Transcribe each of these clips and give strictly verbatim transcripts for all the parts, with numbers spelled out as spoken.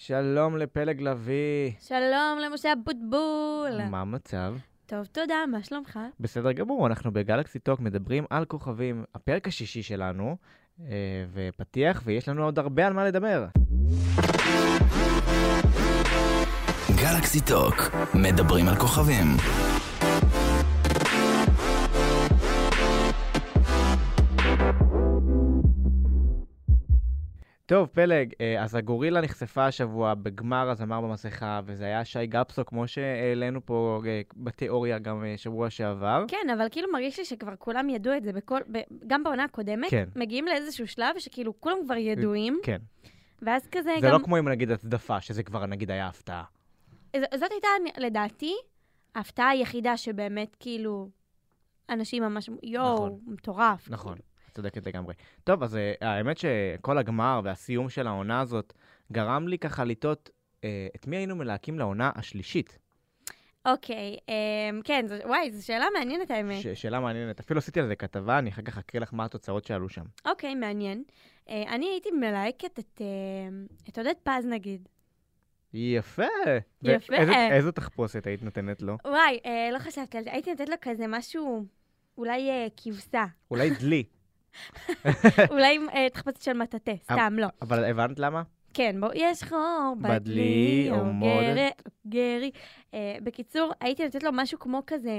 שלום לפלג לוי. שלום למשה אבוטבול. מה המצב? טוב, תודה, מה שלומך? בסדר גמור, אנחנו בגלקסי טוק מדברים על כוכבים, הפרק השישי שלנו, ופתיח, ויש לנו עוד הרבה על מה לדבר. גלקסי טוק, מדברים על כוכבים. טוב, פלג, אז הגורילה נחשפה השבוע בגמר הזמר במסכה, וזה היה שי גפסו, כמו שהעלינו פה בתיאוריה גם שבוע שעבר. כן, אבל כאילו מרגיש לי שכבר כולם ידעו את זה, בכל, ב, גם בעונה הקודמת, כן. מגיעים לאיזשהו שלב שכאילו כולם כבר ידועים. כן. ואז כזה זה גם... לא כמו אם נגיד הצדפה, שזה כבר נגיד היה הפתעה. ז- זאת הייתה, לדעתי, ההפתעה היחידה שבאמת כאילו, אנשים ממש, יואו, נכון. מטורף. נכון. צודקת לגמרי. טוב, אז uh, האמת שכל הגמר והסיום של העונה הזאת גרם לי ככה לטעות uh, את מי היינו מלהקים לעונה השלישית. אוקיי, um, כן, זו, וואי, זו שאלה מעניינת האמת. ש- שאלה מעניינת. אפילו עשיתי על זה כתבה, אני אחר כך אקריא לך מה התוצאות שעלו שם. אוקיי, מעניין. Uh, אני הייתי מלהקת את, uh, את עודד פז נגיד. יפה. יפה. ואיזה, איזו תחפושת היית נותנת לו? וואי, uh, לא חשבתי על זה. הייתי נותנת לו כזה משהו, אולי uh, כבשה. אולי דלי. אולי אה, תחפושת של מטאטה, סתם לא. אבל הבנת למה? כן, בוא, יש חור, בדלי, בדלי, או או מודת. גרי, גרי. אה, בקיצור, הייתי לתת לו משהו כמו כזה,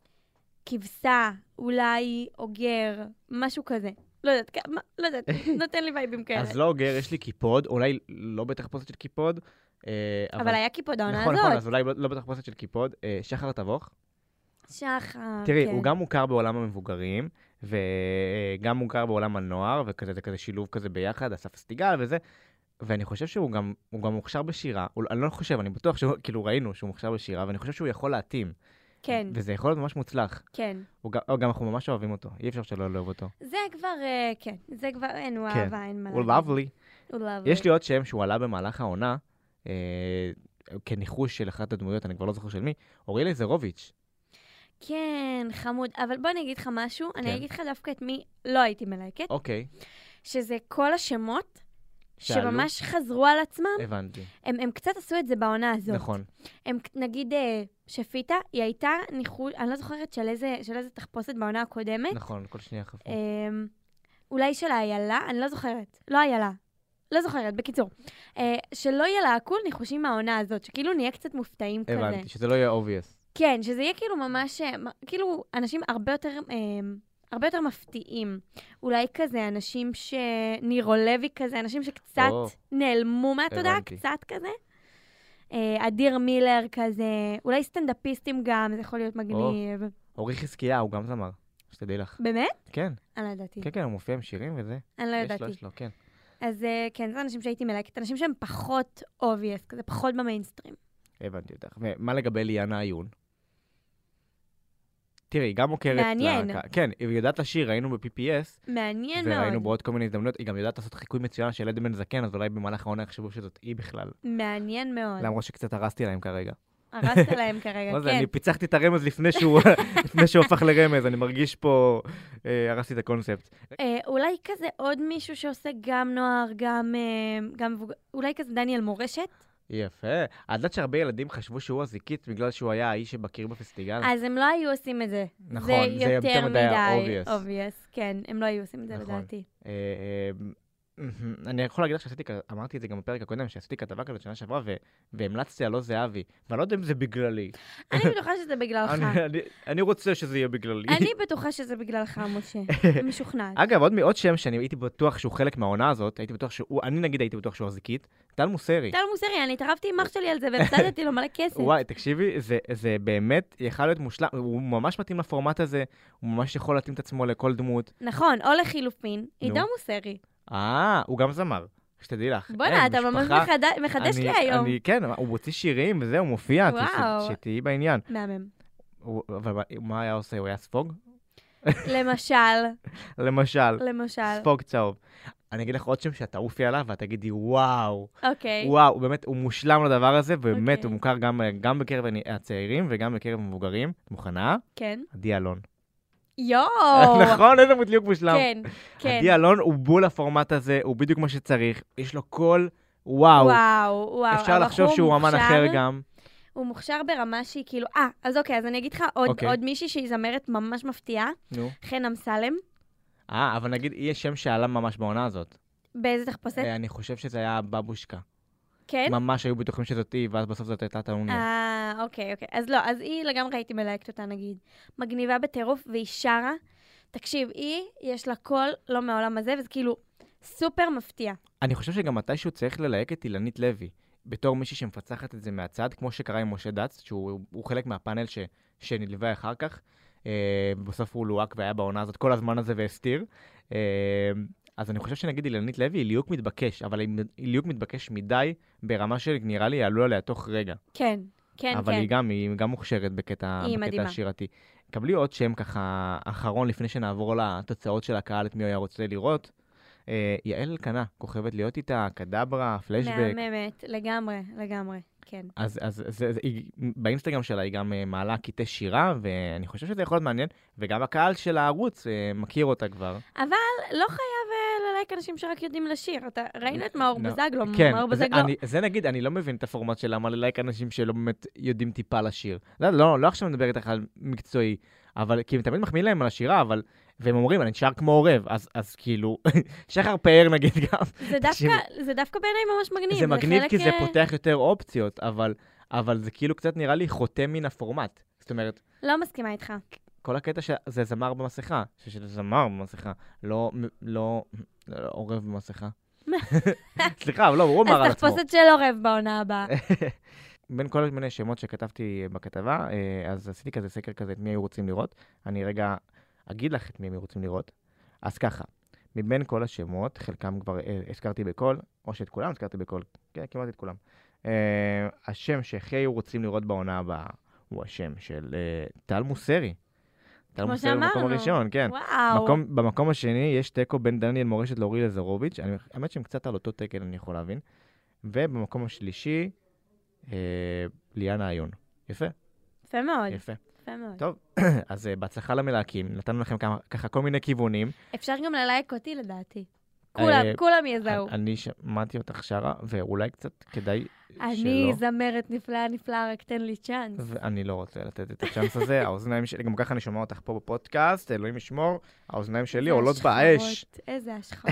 כבשה, אולי, או גר, משהו כזה. לא יודעת, כ- מה- לא יודעת, נותן לי וייבים כאלה. אז לא אוגר, יש לי קיפוד, אולי לא בתחפושת של קיפוד. אה, אבל היה קיפוד העונה נכון, נכון, הזאת. אז אולי לא בתחפושת של קיפוד. אה, שחר תבוך. שחר, תראי, כן. הוא גם מוכר בעולם המבוגרים, וגם מוכר בעולם הנוער, וכזה, זה כזה שילוב כזה ביחד, אסף סטיגל וזה, ואני חושב שהוא גם, הוא גם מוכשר בשירה, הוא, אני לא חושב, אני בטוח שהוא, כאילו ראינו שהוא מוכשר בשירה, ואני חושב שהוא יכול להתאים. כן, וזה יכול להיות ממש מוצלח. כן. הוא גם, גם אנחנו ממש אוהבים אותו, אי אפשר שלא לאהוב אותו. זה כבר, אה, כן, זה כבר, אין, הוא כן. אהבה, אין מה הוא להגיד. lovely. הוא lovely. יש לי עוד שם שהוא עלה במהלך העונה, אה, כניחוש של אחת הדמויות, אני כבר לא זוכר של מי, אוריאל איזרוביץ'. כן, חמוד. אבל בוא אני אגיד לך משהו, כן. אני אגיד לך דווקא את מי לא הייתי מלהקת, אוקיי, שזה כל השמות שעלו? שממש חזרו על עצמם, הבנתי. הם, הם קצת עשו את זה בעונה הזאת. נכון. הם, נגיד, אה, שפיטה, היא הייתה ניחוש, אני לא זוכרת של איזה, של איזה תחפושת בעונה הקודמת, נכון, כל שנייה חפו. אה, אולי של האיילה, אני לא זוכרת, לא איילה. לא זוכרת, בקיצור. אה, שלא ילהקו ניחושים מהעונה הזאת, שכאילו נהיה קצת מופתעים כזה. הבנתי, שזה לא יהיה obvious. כן, שזה יהיה כאילו ממש, אה, מ- כאילו אנשים הרבה יותר, אה, הרבה יותר מפתיעים. אולי כזה אנשים ש... נירו לוי כזה, אנשים שקצת או. נעלמו מהתודעה, הבנתי. קצת כזה. אה, אדיר מילר כזה, אולי סטנדאפיסטים גם, זה יכול להיות מגניב. אורי חזקיה, הוא גם זמר, שתדעי לך. באמת? כן, אני לא ידעתי. כן, כן, הוא מופיע עם שירים וזה. אני לא יש לו, ידעתי. יש לו, כן. אז אה, כן, זה אנשים שהייתי מלהקת, אנשים שהם פחות obvious, כזה פחות במיינסטרים. הבנתי אותך. ומה לגבי ליאנה עיון? תראי, היא גם מוכרת... מעניין. לה- כן, היא יודעת לשיר, ראינו ב-פי פי אס, מעניין וראינו מאוד. בעוד כל מיני הזדמנויות, היא גם יודעת לעשות חיקוי מצוין של עדן בן זקן, אז אולי במהלך העונה יחשבו שזאת היא בכלל. מעניין מאוד. למרות שקצת הרסתי להם כרגע. הרסת להם כרגע, מה זה, כן. אני פיצחתי את הרמז לפני שהוא לפני שהוא הפך לרמז, אני מרגיש פה, אה, הרסתי את הקונספט. אה, אולי כזה עוד מישהו שעושה גם נוער, גם, אה, גם מבוג... אולי כזה דניאל מורשת? יפה. את יודעת שהרבה ילדים חשבו שהוא הזיקית בגלל שהוא היה האיש שבקיר בפסטיגל? אז הם לא היו עושים את זה. נכון, זה זה יותר יותר מדי מדי obvious. obvious. כן, הם לא היו עושים את זה נכון. לדעתי. אה, אה, אני יכול להגיד לך שעשיתי, כ- אמרתי את זה גם בפרק הקודם, שעשיתי כתבה כזאת שנה שעברה, ו- והמלצתי על לא זהבי, ואני לא יודע אם זה בגללי. אני בטוחה שזה בגללך. אני- אני- אני רוצה שזה יהיה בגללי. אני בטוחה שזה בגללך, משה. משוכנעת. אגב, עוד עוד שם שאני הייתי בטוח שהוא חלק מהעונה הזאת, הייתי בטוח שהוא, אני נגיד הייתי בטוח שהוא הזיקית, טל מוסרי. טל מוסרי, אני התערבתי עם אח שלי על זה והפסדתי לו מלא כסף. וואי, תקשיבי, זה, זה באמת יכל להיות מושלם, הוא ממש מתאים לפורמט הזה, הוא ממש יכול להתאים את עצמו לכל דמות. נכון, או לחילופין, עידו מוסרי. אה, הוא גם זמר, שתדעי לך. בוא'נה, אין, אתה ממש משפחה- מחד- מחדש אני- לי היום. אני, כן, הוא מוציא שירים וזהו, הוא מופיע, ת- וואו. ש- שתהיי בעניין. מהמם. הוא- אבל מה- מה היה עושה? הוא היה ספוג? למשל, למשל, למשל. ספוג צהוב. אני אגיד לך עוד שם שאת תעופי עליו ואת תגידי, וואו, אוקיי. וואו, הוא באמת, הוא מושלם לדבר הזה, ובאמת אוקיי. הוא מוכר גם, גם בקרב הצעירים וגם בקרב המבוגרים. את מוכנה? כן. עדי אלון. יואו. נכון, איזה בדיוק מושלם. כן, כן. עדי אלון הוא בול הפורמט הזה, הוא בדיוק מה שצריך, יש לו קול, וואו. וואו, וואו. אפשר לחשוב שהוא אמן אחר גם. הוא מוכשר ברמה שהיא כאילו... אה, אז אוקיי, אז אני אגיד לך עוד, אוקיי. עוד מישהי שהיא זמרת ממש מפתיעה, נו. חן אמסלם. אה, אבל נגיד, יהיה שם שעלה ממש בעונה הזאת. באיזה תחפושת? אה, אני חושב שזה היה בבושקה. כן? ממש היו בטוחים שזאת היא, ואז בסוף זאת הייתה טעוניה. אה, אוקיי, אוקיי. אז לא, אז היא לגמרי הייתי מלהקת אותה, נגיד. מגניבה בטירוף, והיא שרה. תקשיב, היא, יש לה קול לא מהעולם הזה, וזה כאילו סופר מפתיע. אני חושב שגם מתישהו צריך ללהק את אילנית לוי, בתור מישהי שמפצחת את זה מהצד, כמו שקרה עם משה דץ, שהוא הוא חלק מהפאנל ש, שנלווה אחר כך. אה, בסוף הוא לוהק והיה בעונה הזאת כל הזמן הזה והסתיר. אה, אז אני חושב שנגיד אילנית לוי היא ליהוק מתבקש, אבל היא ליהוק מתבקש מדי ברמה שנראה לי יעלו עליה תוך רגע. כן, כן, אבל כן. היא גם, היא גם מוכשרת בקטע, היא בקטע מדהימה. השירתי. קבלי עוד שם ככה אחרון לפני שנעבור לתוצאות של הקהל, את מי היה רוצה לראות. אה, יעל אלקנה, כוכבת להיות איתה, קדברה, פלשבק. מהממת, לגמרי, לגמרי, כן. אז, אז זה, זה, היא, באינסטגרם שלה היא גם uh, מעלה קטעי שירה, ואני חושב שזה יכול להיות מעניין, וגם הקהל של הערוץ uh, מכיר אותה כבר. אבל לא חייב uh, ללייק אנשים שרק יודעים לשיר. אתה, ראינו את מאור No. בוזגלו, כן, מאור זה, בוזגלו. אני, זה נגיד, אני לא מבין את הפורמט של למה ללייק אנשים שלא באמת יודעים טיפה לשיר. לא, לא, לא עכשיו מדבר איתך על מקצועי, אבל כי הם תמיד מחמיאים להם על השירה, אבל... והם אומרים, אני נשאר כמו עורב, אז, אז כאילו, שחר פאר נגיד גם. זה דווקא, זה דווקא בעיניי ממש מגניב. זה מגניב חלק, כי זה uh... פותח יותר אופציות, אבל, אבל זה כאילו קצת נראה לי חותם מן הפורמט. זאת אומרת, לא מסכימה איתך. כל הקטע שזה זמר במסכה, שזה זמר במסכה, לא, לא, לא עורב במסכה. סליחה, אבל לא, הוא אמר על אז עצמו. תחפושת של עורב בעונה הבאה. בין כל מיני שמות שכתבתי בכתבה, אז עשיתי כזה סקר כזה, את מי היו רוצים לראות. אני רגע אגיד לך את מי הם רוצים לראות. אז ככה, מבין כל השמות, חלקם כבר הזכרתי בקול, או שאת כולם הזכרתי בקול, כן, כמעט את כולם. השם שהכי היו רוצים לראות בעונה הבאה, הוא השם של טל מוסרי. טל מוסרי במקום הראשון, כן. וואו. מקום, במקום השני יש טקו בין דניאל מורשת לאורי לזרוביץ', אני, האמת שהם קצת על אותו תקן, אני יכול להבין. ובמקום השלישי, אה, ליאנה עיון. יפה? יפה מאוד. יפה. יפה מאוד. טוב, אז uh, בהצלחה למלהקים, נתנו לכם כמה, ככה כל מיני כיוונים. אפשר גם ללייק אותי לדעתי. כולם, אה, כולם יזהו. אני שמעתי אותך שרה, ואולי קצת כדאי אני שלא. זמרת נפלאה נפלאה, רק תן לי צ'אנס. ואני לא רוצה לתת את הצ'אנס הזה, האוזניים שלי, גם ככה אני שומע אותך פה בפודקאסט, אלוהים ישמור, האוזניים שלי עולות באש. איזה השחרות.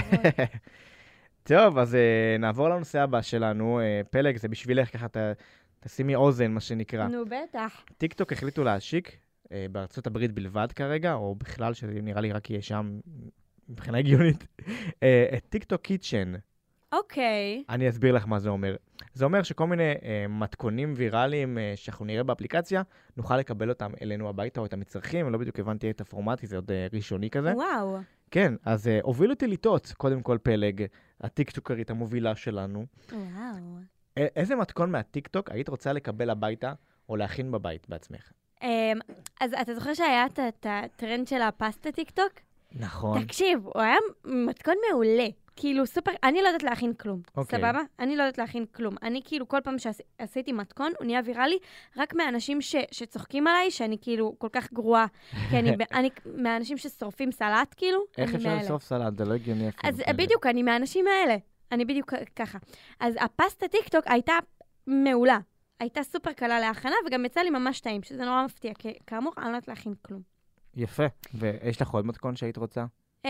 טוב, אז uh, נעבור לנושא הבא שלנו, uh, פלג, זה בשבילך, ככה ת, תשימי אוזן, מה שנקרא. נו, בטח. טיקטוק החליטו להשיק, uh, בארצות הברית בלבד כרגע, או בכלל, שנראה לי רק יהיה שם, מבחינה הגיונית, uh, את טיקטוק קיצ'ן. אוקיי. אני אסביר לך מה זה אומר. זה אומר שכל מיני uh, מתכונים ויראליים uh, שאנחנו נראה באפליקציה, נוכל לקבל אותם אלינו הביתה או את המצרכים, לא בדיוק הבנתי את הפורמט, זה עוד uh, ראשוני כזה. וואו. כן, אז uh, הוביל אותי לטעות, קודם כל פלג, הטיקטוקרית המובילה שלנו. וואו. א- איזה מתכון מהטיקטוק היית רוצה לקבל הביתה או להכין בבית בעצמך? Um, אז אתה זוכר שהיה את- את הטרנד של הפסטה טיקטוק? נכון. תקשיב, הוא היה מתכון מעולה. כאילו סופר, אני לא יודעת להכין כלום, אוקיי. סבבה? אני לא יודעת להכין כלום. אני כאילו כל פעם שעשיתי מתכון, הוא נהיה ויראלי, רק מהאנשים ש, שצוחקים עליי, שאני כאילו כל כך גרועה, כי אני, אני מהאנשים ששורפים סלט, כאילו, איך אני אפשר מאלה. לסוף סלט? זה לא הגיוני אפילו. אז בדיוק, אני מהאנשים האלה. אני בדיוק ככה. אז הפסטה טיקטוק הייתה מעולה. הייתה סופר קלה להכנה, וגם יצא לי ממש טעים, שזה נורא מפתיע, כי כאמור, אני לא יודעת להכין כלום. יפה. ויש לך עוד מתכון שהיית רוצה? Um,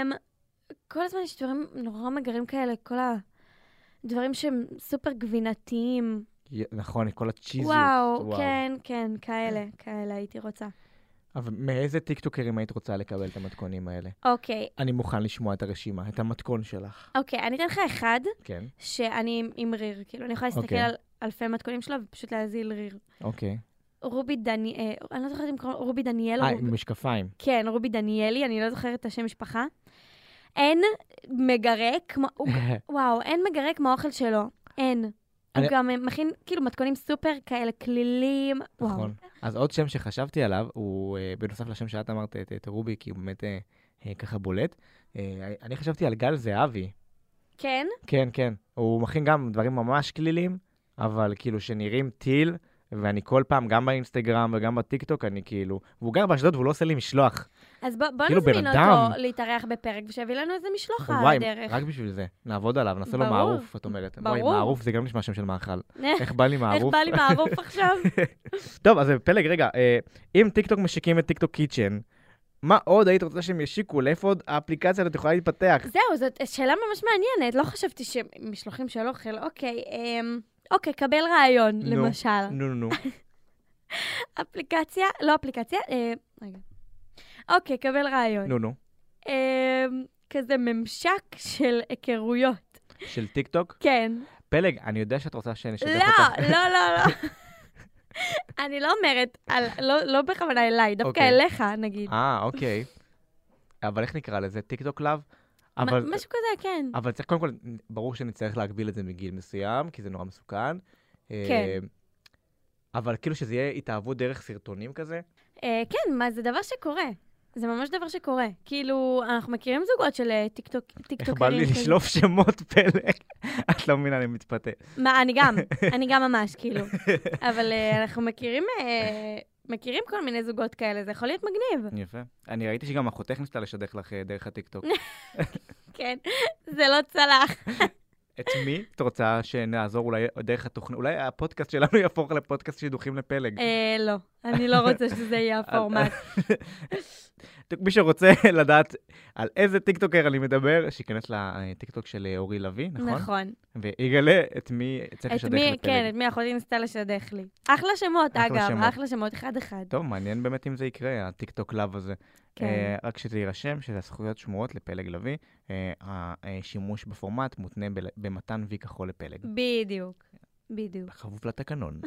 כל הזמן יש דברים נורא מגרים כאלה, כל הדברים שהם סופר גבינתיים. י- נכון, כל הצ'יזיות. וואו, כן, כן, כאלה, כאלה הייתי רוצה. אבל מאיזה טיקטוקרים היית רוצה לקבל את המתכונים האלה? אוקיי, אני מוכן לשמוע את הרשימה, את המתכון שלך. אוקיי, אני אתן לך אחד כן, שאני עם- עם ריר, כאילו, אני יכולה להסתכל אוקיי. על אלפי מתכונים שלו ופשוט להזיל ריר. אוקיי. רובי דניאל, אני לא זוכרת אם קוראים לו רובי דניאל או אה, רובי... עם משקפיים. כן, רובי דניאלי, אני לא זוכרת את השם משפחה. אין מגרה כמו... הוא- וואו, אין מגרה כמו האוכל שלו. אין. הוא אני- גם מכין כאילו מתכונים סופר כאלה כלילים. וואו. נכון. אז עוד שם שחשבתי עליו, הוא, אה, בנוסף לשם שאת אמרת, את- את רובי, כי הוא באמת אה, אה, ככה בולט. אה, אני חשבתי על גל זהבי. כן? כן, כן. הוא מכין גם דברים ממש כלילים, אבל כאילו שנראים טיל, ואני כל פעם, גם באינסטגרם וגם בטיקטוק, אני כאילו, והוא גר באשדוד והוא לא עושה לי משלוח. אז בוא, בוא כאילו נזמין בן אותו אדם. להתארח בפרק, ושיביא לנו איזה משלוח על וואי, הדרך. רק בשביל זה, נעבוד עליו, נעשה לו ברור. מערוף, את אומרת. וואי, ברור. מערוף זה גם נשמע שם של מאכל. איך בא לי מערוף? איך בא לי מערוף עכשיו? טוב, אז פלג, רגע, אה, אם טיקטוק משיקים את טיקטוק קיצ'ן, מה עוד היית רוצה שהם ישיקו? לאיפה עוד האפליקציה הזאת יכולה להתפתח? זהו, זאת שאלה ממש מעניינת. לא חשבתי שמשלוחים של אוכל, אוקיי, אמ, אוקיי, קבל רעיון, נו, למשל. נו, נו, נו. אפליקציה, לא אפליקציה, אה, רגע. אוקיי, קבל רעיון. נו, נו. אמ, כזה ממשק של היכרויות. של טיקטוק? כן. פלג, אני יודע שאת רוצה שנשתף לא, אותך. לא, לא, לא. אני לא אומרת, על- לא- לא בכוונה אליי, דווקא אוקיי. אליך, נגיד. אה, אוקיי. אבל איך נקרא לזה? טיקטוק לאב? מ- אבל... משהו כזה, כן. אבל צריך, קודם כל, ברור שנצטרך להגביל את זה מגיל מסוים, כי זה נורא מסוכן. כן. אה, אבל כאילו שזה יהיה התאהבות דרך סרטונים כזה. אה, כן, מה, זה דבר שקורה. זה ממש דבר שקורה. כאילו, אנחנו מכירים זוגות של אה, טיקטוק, טיקטוקרים. איך בא לי כזה. לשלוף שמות פלג? את לא מבינה, אני מתפתה. מה, אני גם, אני גם ממש, כאילו. אבל אה, אנחנו מכירים, אה, מכירים כל מיני זוגות כאלה, זה יכול להיות מגניב. יפה. אני ראיתי שגם אחותך ניסתה לשדך לך אה, דרך הטיקטוק. כן, זה לא צלח. את מי את רוצה שנעזור אולי דרך התוכנית? אולי הפודקאסט שלנו יהפוך לפודקאסט שידוכים לפלג. אה, לא, אני לא רוצה שזה יהיה הפורמט. מי שרוצה לדעת על איזה טיקטוקר אני מדבר, שיכנס לטיקטוק של אורי לוי, נכון? נכון. ויגלה את מי צריך את לשדך מי, לפלג. כן, את מי אחותי ניסתה לשדך לי. אחלה שמות, אחלה אגב, שמות. אחלה שמות, אחד-אחד. טוב, מעניין באמת אם זה יקרה, הטיקטוק לאב הזה. כן. אה, רק שזה יירשם, שזה הזכויות שמורות לפלג לוי. אה, השימוש בפורמט מותנה בל- במתן וי כחול לפלג. בדיוק, בדיוק. בכפוף לתקנון.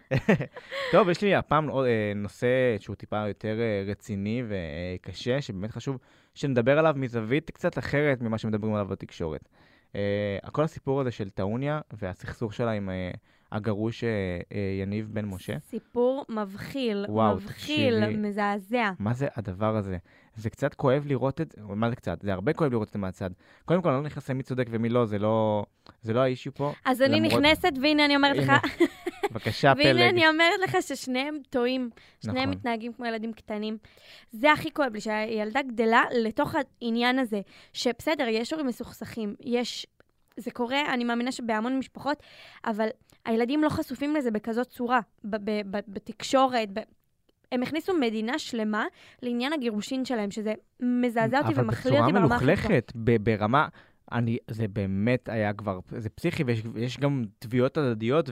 טוב, יש לי הפעם עוד, אה, נושא שהוא טיפה יותר אה, רציני וקשה, שבאמת חשוב שנדבר עליו מזווית קצת אחרת ממה שמדברים עליו בתקשורת. אה, כל הסיפור הזה של טעוניה והסכסוך שלה עם אה, הגרוש אה, אה, יניב בן משה. סיפור מבחיל, וואו, מבחיל, תקשיבי. מזעזע. מה זה הדבר הזה? זה קצת כואב לראות את זה, מה זה קצת? זה הרבה כואב לראות את זה מהצד. קודם כל, אני לא נכנס למי צודק ומי לא, זה לא, זה לא האישיו פה. אז אני למרות- נכנסת, והנה אני אומרת לך, הנה, בבקשה, והנה פלג. אני אומרת לך ששניהם טועים, שניהם נכון. מתנהגים כמו ילדים קטנים. זה הכי כואב לי, שהילדה גדלה לתוך העניין הזה, שבסדר, יש הורים מסוכסכים, יש... זה קורה, אני מאמינה שבהמון משפחות, אבל הילדים לא חשופים לזה בכזאת צורה, ב- ב- ב- בתקשורת, ב- הם הכניסו מדינה שלמה לעניין הגירושין שלהם, שזה מזעזע אותי ומחליא אותי ברמה אבל בצורה הכי גבוהה. מלוכלכת, ב- ברמה, אני, זה באמת היה כבר, זה פסיכי, ויש יש גם תביעות הדדיות,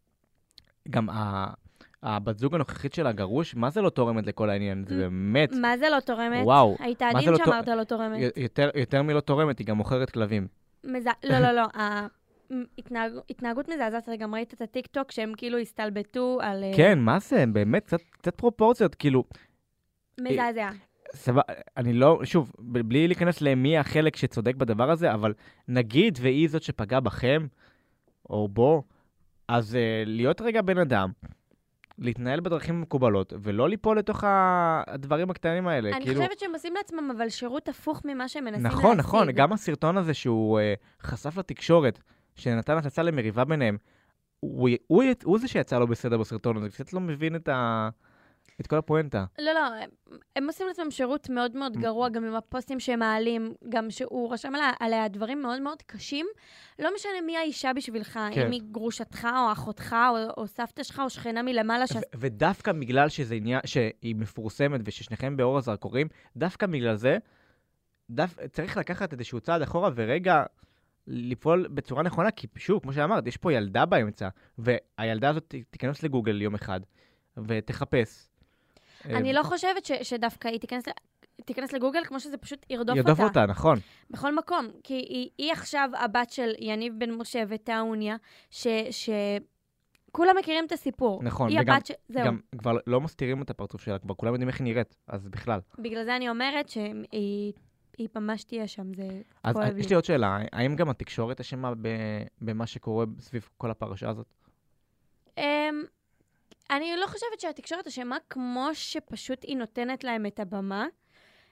וגם ה, הבת זוג הנוכחית של הגרוש, מה זה לא תורמת לכל העניין? זה באמת, מה זה לא תורמת? וואו, היית מה עדין זה לא שאמרת לא תורמת. י- יותר, יותר מלא תורמת, היא גם מוכרת כלבים. מזע... לא, לא, לא. ההתנהג... התנהגות מזעזעת, אתה גם ראית את הטיקטוק שהם כאילו הסתלבטו על... אה, כן, מה זה? באמת, קצת, קצת פרופורציות, כאילו, מזעזע. סבבה, אני לא, שוב, ב- בלי להיכנס למי החלק שצודק בדבר הזה, אבל נגיד והיא זאת שפגעה בכם, או בו, אז uh, להיות רגע בן אדם, להתנהל בדרכים מקובלות, ולא ליפול לתוך ה- הדברים הקטנים האלה. אני כאילו, חושבת שהם עושים לעצמם, אבל שירות הפוך ממה שהם מנסים להשיג. נכון, נכון, גם הסרטון הזה שהוא uh, חשף לתקשורת, שנתן הצצה למריבה ביניהם, הוא, הוא, הוא, הוא זה שיצא לו בסדר בסרטון הזה, קצת לא מבין את, ה, את כל הפואנטה. לא, לא, הם, הם עושים לעצמם שירות מאוד מאוד גרוע, גם עם הפוסטים שהם מעלים, גם שהוא רשם עליה, עליה דברים מאוד מאוד קשים. לא משנה מי האישה בשבילך, כן. אם היא גרושתך או אחותך או, או סבתא שלך או שכנה מלמעלה. ש... ו- ודווקא בגלל שזה עניין, שהיא מפורסמת וששניכם באור הזרקורים, דווקא בגלל זה, דף, צריך לקחת איזשהו צעד אחורה ורגע לפעול בצורה נכונה, כי שוב, כמו שאמרת, יש פה ילדה באמצע, והילדה הזאת ת- תיכנס לגוגל יום אחד, ותחפש. אני לא חושבת ש, שדווקא היא תיכנס, תיכנס לגוגל, כמו שזה פשוט ירדוף, ירדוף אותה. אותה, נכון. בכל מקום, כי היא, היא עכשיו הבת של יניב בן משה וטעוניה, ש... ש... כולם מכירים את הסיפור. נכון, היא וגם- הבת ש... זהו. גם כבר לא מסתירים את הפרצוף שלה, כבר כולם יודעים איך היא נראית, אז בכלל. בגלל זה אני אומרת שהיא היא ממש תהיה שם, זה אז כואב לי. יש לי עוד שאלה, האם גם התקשורת אשמה ב- במה שקורה סביב כל הפרשה הזאת? Um, אני לא חושבת שהתקשורת אשמה כמו שפשוט היא נותנת להם את הבמה.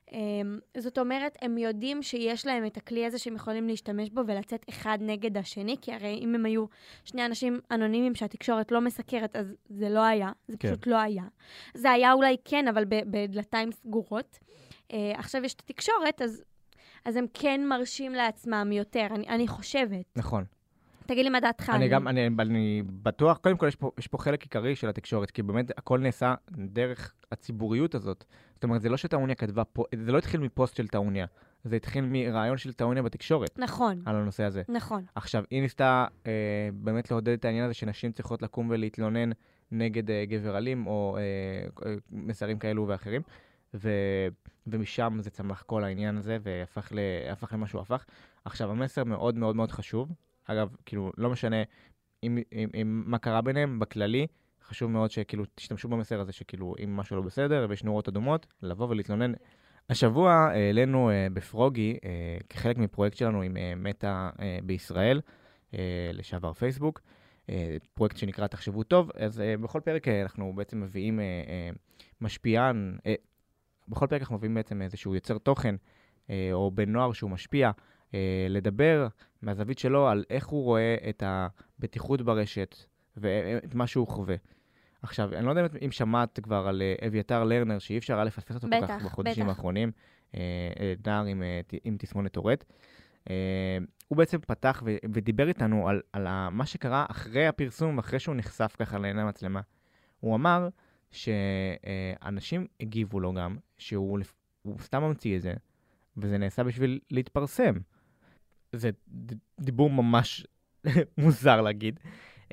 זאת אומרת, הם יודעים שיש להם את הכלי הזה שהם יכולים להשתמש בו ולצאת אחד נגד השני, כי הרי אם הם היו שני אנשים אנונימיים שהתקשורת לא מסקרת, אז זה לא היה, זה כן. פשוט לא היה. זה היה אולי כן, אבל בדלתיים סגורות. עכשיו יש את התקשורת, אז, אז הם כן מרשים לעצמם יותר, אני, אני חושבת. נכון. תגיד לי מה דעתך. אני גם, אני, אני בטוח, קודם כל יש פה, יש פה חלק עיקרי של התקשורת, כי באמת הכל נעשה דרך הציבוריות הזאת. זאת אומרת, זה לא שטעוניה כתבה פה, זה לא התחיל מפוסט של טעוניה, זה התחיל מרעיון של טעוניה בתקשורת. נכון. על הנושא הזה. נכון. עכשיו, היא ניסתה אה, באמת לעודד את העניין הזה שנשים צריכות לקום ולהתלונן נגד אה, גבר אלים, או אה, מסרים כאלו ואחרים, ו, ומשם זה צמח כל העניין הזה, והפך ל, הפך למה שהוא הפך. עכשיו, המסר מאוד מאוד מאוד חשוב. אגב, כאילו, לא משנה אם, אם, אם, מה קרה ביניהם, בכללי, חשוב מאוד שכאילו תשתמשו במסר הזה, שכאילו, אם משהו לא בסדר ויש נורות אדומות, לבוא ולהתלונן. השבוע העלינו אה, בפרוגי, אה, כחלק מפרויקט שלנו עם אה, מטא אה, בישראל, אה, לשעבר פייסבוק, אה, פרויקט שנקרא תחשבו טוב, אז אה, בכל פרק אה, אנחנו בעצם מביאים אה, אה, משפיען, אה, בכל פרק אנחנו מביאים בעצם איזשהו יוצר תוכן, אה, או בן נוער שהוא משפיע, אה, לדבר מהזווית שלו על איך הוא רואה את הבטיחות ברשת, ואת מה שהוא חווה. עכשיו, אני לא יודע אם שמעת כבר על אביתר לרנר, שאי אפשר היה לפספס אותו כל כך בחודשים האחרונים, נער עם, עם תסמונת טורט. הוא בעצם פתח ו- ודיבר איתנו על, על מה שקרה אחרי הפרסום, אחרי שהוא נחשף ככה לעיני המצלמה. הוא אמר שאנשים הגיבו לו גם, שהוא סתם ממציא את זה, וזה נעשה בשביל להתפרסם. זה דיבור ממש מוזר להגיד.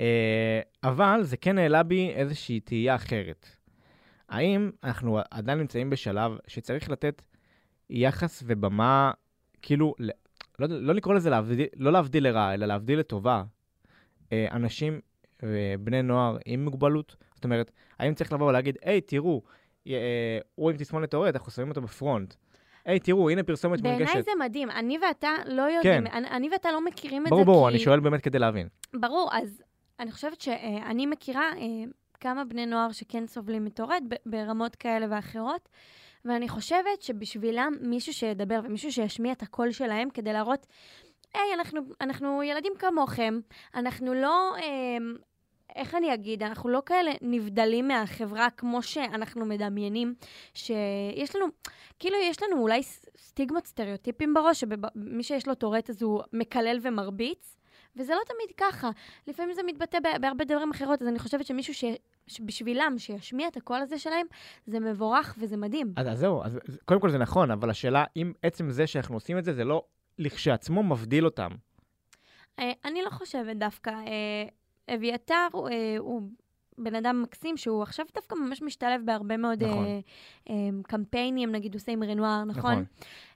אבל זה כן העלה בי איזושהי תהייה אחרת. האם אנחנו עדיין נמצאים בשלב שצריך לתת יחס ובמה, כאילו, לא, לא לקרוא לזה להבדיל, לא להבדיל לרעה, אלא להבדיל לטובה, אנשים ובני נוער עם מוגבלות? זאת אומרת, האם צריך לבוא ולהגיד, היי, תראו, הוא עם תסמונת טורט, אנחנו שמים אותו בפרונט. היי, תראו, הנה פרסומת מונגשת. בעיניי זה מדהים. אני ואתה לא יודעים, כן. אני, אני ואתה לא מכירים את ברור, זה ברור, כי... אני שואל באמת כדי להבין. ברור, אז אני חושבת שאני מכירה כמה בני נוער שכן סובלים מטורט ברמות כאלה ואחרות, ואני חושבת שבשבילם מישהו שידבר ומישהו שישמיע את הקול שלהם כדי להראות, היי, אנחנו, אנחנו ילדים כמוכם, אנחנו לא... איך אני אגיד, אנחנו לא כאלה נבדלים מהחברה כמו שאנחנו מדמיינים, שיש לנו, כאילו יש לנו אולי סטיגמות סטריאוטיפים בראש, שמי שיש לו טורט אז הוא מקלל ומרביץ, וזה לא תמיד ככה. לפעמים זה מתבטא בהרבה דברים אחרות, אז אני חושבת שמישהו ש... שבשבילם, שישמיע את הקול הזה שלהם, זה מבורך וזה מדהים. אז, אז זהו, אז קודם כל זה נכון, אבל השאלה, אם עצם זה שאנחנו עושים את זה, זה לא לכשעצמו מבדיל אותם. אני לא חושבת דווקא... אביתר הוא, הוא בן אדם מקסים, שהוא עכשיו דווקא ממש משתלב בהרבה מאוד נכון. אה, אה, קמפיינים, נגיד הוא עושה עם רנואר, נכון? נכון.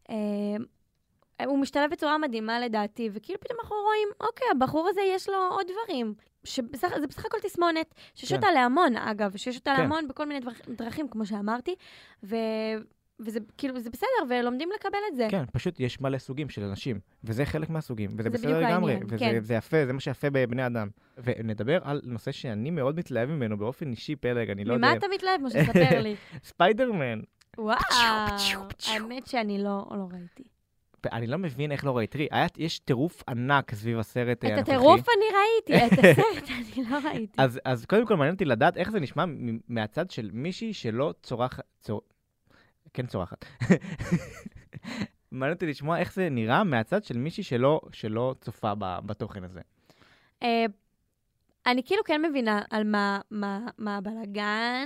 אה, הוא משתלב בצורה מדהימה לדעתי, וכאילו פתאום אנחנו רואים, אוקיי, הבחור הזה יש לו עוד דברים, שבסך, זה בסך הכל תסמונת, שיש כן. אותה להמון, אגב, שיש אותה כן. להמון בכל מיני דבר, דרכים, כמו שאמרתי, ו... וזה כאילו, זה בסדר, ולומדים לקבל את זה. כן, פשוט יש מלא סוגים של אנשים, וזה חלק מהסוגים, וזה בסדר לגמרי, וזה כן. זה יפה, זה מה שיפה בבני אדם. ונדבר על נושא שאני מאוד מתלהב ממנו, באופן אישי פלג, אני לא יודע... ממה אתה מתלהב, משה, ספר לי? ספיידרמן. וואו, האמת שאני לא ראיתי. אני לא מבין איך לא ראיתי. יש טירוף ענק סביב הסרט הנוכחי. את הטירוף אני ראיתי, את הסרט אני לא ראיתי. אז קודם כל מעניין אותי לדעת איך זה נשמע מהצד של מישהי שלא צורחת... כן צורחת. מעניין אותי לשמוע איך זה נראה מהצד של מישהי שלא, שלא צופה בתוכן הזה. אני כאילו כן מבינה על מה, מה, מה הבלגן,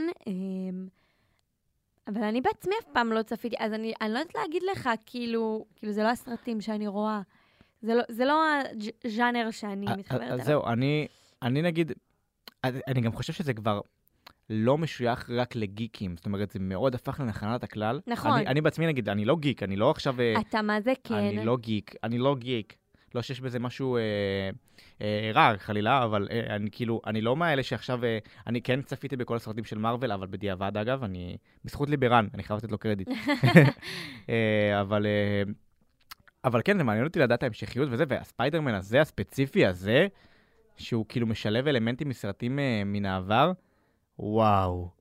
אבל אני בעצמי אף פעם לא צפיתי, אז אני, אני לא יודעת להגיד לך, כאילו, כאילו זה לא הסרטים שאני רואה, זה לא, זה לא הז'אנר שאני מתחברת אליו. אז זהו, אני, אני נגיד, אני גם חושב שזה כבר... לא משוייך רק לגיקים, זאת אומרת, זה מאוד הפך לנחלת הכלל. נכון. אני, אני בעצמי נגיד, אני לא גיק, אני לא עכשיו... אתה מה זה כן? אני לא גיק, אני לא גיק. לא שיש בזה משהו אה, אה, רע, חלילה, אבל אה, אני כאילו, אני לא מהאלה שעכשיו, אה, אני כן צפיתי בכל הסרטים של מרוול, אבל בדיעבד אגב, אני, בזכות ליברן, אני חייב לתת לו קרדיט. אה, אבל, אה, אבל כן, זה מעניין אותי לדעת ההמשכיות וזה, והספיידרמן הזה, הספציפי הזה, שהוא כאילו משלב אלמנטים מסרטים אה, מן העבר, וואו,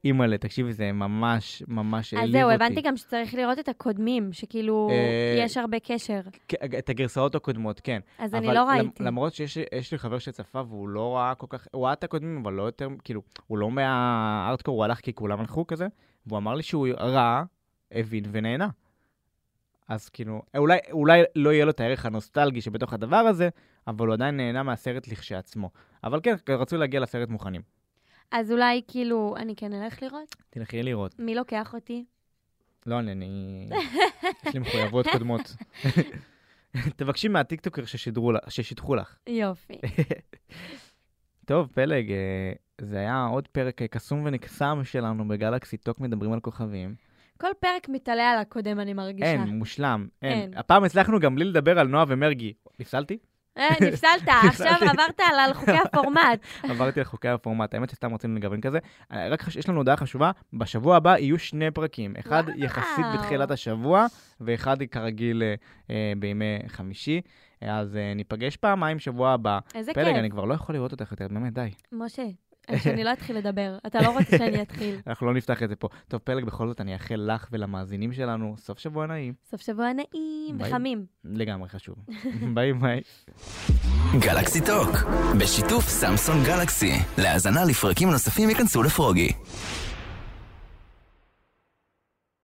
אימא'לה, תקשיבי, זה ממש, ממש העליב אותי. אז זהו, הבנתי גם שצריך לראות את הקודמים, שכאילו יש הרבה קשר. את הגרסאות הקודמות, כן. אז אני לא ראיתי. למרות שיש לי חבר שצפה, והוא לא ראה כל כך, הוא ראה את הקודמים, אבל לא יותר, כאילו, הוא לא מהארטקור, הוא הלך כי כולם הלכו כזה, והוא אמר לי שהוא ראה, הבין ונהנה. אז כאילו, אולי, אולי לא יהיה לו את הערך הנוסטלגי שבתוך הדבר הזה, אבל הוא עדיין נהנה מהסרט לכשעצמו. אבל כן, רצו להגיע לסרט מוכנים. אז אולי כאילו, אני כן אלך לראות? תלכי לראות. מי לוקח אותי? לא, אני, אני... יש לי מחויבות קודמות. תבקשי מהטיקטוקר ששיתחו לך. יופי. טוב, פלג, זה היה עוד פרק קסום ונקסם שלנו בגלקסי טוק מדברים על כוכבים. כל פרק מתעלה על הקודם, אני מרגישה. אין, מושלם. אין. הפעם הצלחנו גם בלי לדבר על נועה ומרגי. נפסלתי? נפסלת, עכשיו עברת על חוקי הפורמט. עברתי על חוקי הפורמט, האמת שסתם רצינו לגוון כזה. רק יש לנו הודעה חשובה, בשבוע הבא יהיו שני פרקים. אחד יחסית בתחילת השבוע, ואחד כרגיל בימי חמישי. אז ניפגש פעמיים שבוע הבא. איזה כיף. פלג, אני כבר לא יכול לראות אותך יותר, באמת, די. משה, שאני לא אתחיל לדבר. אתה לא רוצה שאני אתחיל. אנחנו לא נפתח את זה פה. טוב, פלג, בכל זאת אני אאחל לך ולמאזינים שלנו סוף שבוע נעים. סוף שבוע נעים וחמים. לגמרי חשוב. ביי ביי. גלקסי טוק, בשיתוף סמסונג גלקסי. להאזנה לפרקים נוספים ייכנסו לפרוגי.